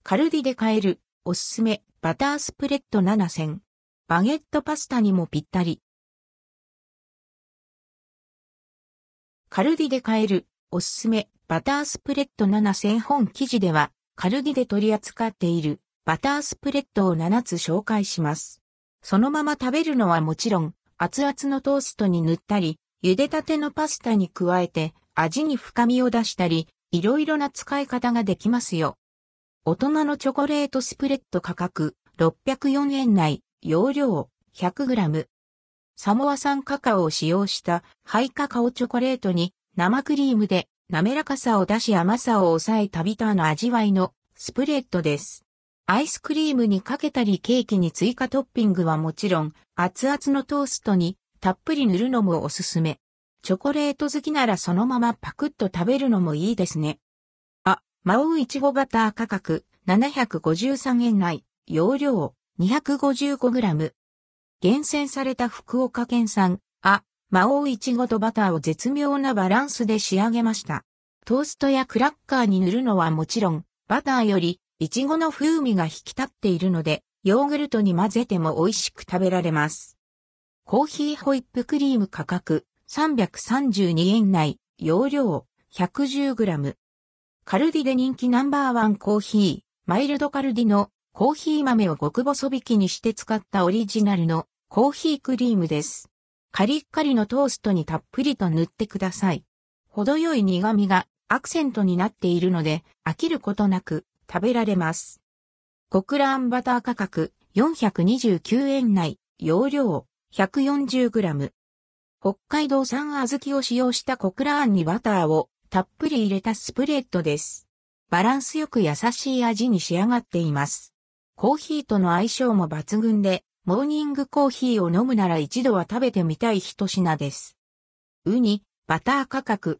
カルディで買える、おすすめ、バタースプレッド7選。バゲットパスタにもぴったり。カルディで買える、おすすめ、バタースプレッド7選本記事では、カルディで取り扱っている、バタースプレッドを7つ紹介します。そのまま食べるのはもちろん、熱々のトーストに塗ったり、茹でたてのパスタに加えて、味に深みを出したり、いろいろな使い方ができますよ。大人のチョコレートスプレッド価格604円内、容量 100g。サモア産カカオを使用したハイカカオチョコレートに生クリームで滑らかさを出し甘さを抑えたビターな味わいのスプレッドです。アイスクリームにかけたりケーキに追加トッピングはもちろん熱々のトーストにたっぷり塗るのもおすすめ。チョコレート好きならそのままパクッと食べるのもいいですね。マオウイチゴバター価格753円内、容量 255g。厳選された福岡県産、マオウイチゴとバターを絶妙なバランスで仕上げました。トーストやクラッカーに塗るのはもちろん、バターよりイチゴの風味が引き立っているので、ヨーグルトに混ぜても美味しく食べられます。コーヒーホイップクリーム価格332円内、容量 110g。カルディで人気ナンバーワンコーヒー、マイルドカルディのコーヒー豆を極細引きにして使ったオリジナルのコーヒークリームです。カリッカリのトーストにたっぷりと塗ってください。程よい苦味がアクセントになっているので飽きることなく食べられます。コクラーンバター価格429円内、容量 140g。北海道産小豆を使用したコクラーンにバターをたっぷり入れたスプレッドです。バランスよく優しい味に仕上がっています。コーヒーとの相性も抜群で、モーニングコーヒーを飲むなら一度は食べてみたい一品です。ウニ、バター価格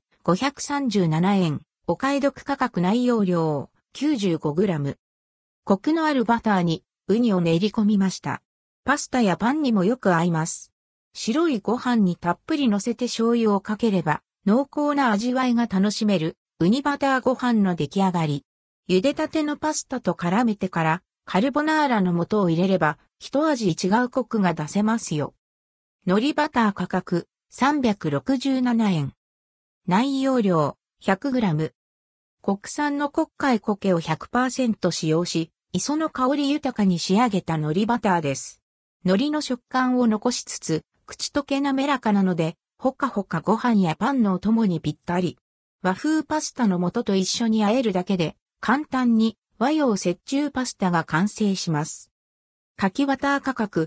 537円、お買い得価格内容量 95g。コクのあるバターにウニを練り込みました。パスタやパンにもよく合います。白いご飯にたっぷり乗せて醤油をかければ、濃厚な味わいが楽しめるウニバターご飯の出来上がり。茹でたてのパスタと絡めてからカルボナーラの素を入れれば一味違うコクが出せますよ。海苔バター価格367円。内容量 100g。国産の国会苔を 100% 使用し、磯の香り豊かに仕上げた海苔バターです。海苔の食感を残しつつ、口溶け滑らかなので、ほかほかご飯やパンのお供にぴったり。和風パスタの素と一緒に和えるだけで、簡単に和洋折衷パスタが完成します。柿バター価格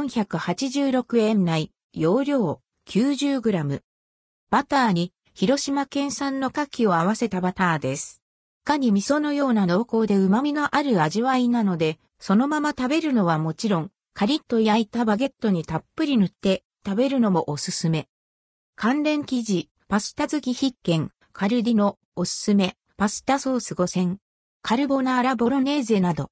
486円内、容量 90g。バターに広島県産の牡蠣を合わせたバターです。かに味噌のような濃厚で旨味のある味わいなので、そのまま食べるのはもちろん、カリッと焼いたバゲットにたっぷり塗って食べるのもおすすめ。関連記事、パスタ好き必見、カルディのおすすめ、パスタソース5選、カルボナーラボロネーゼなど。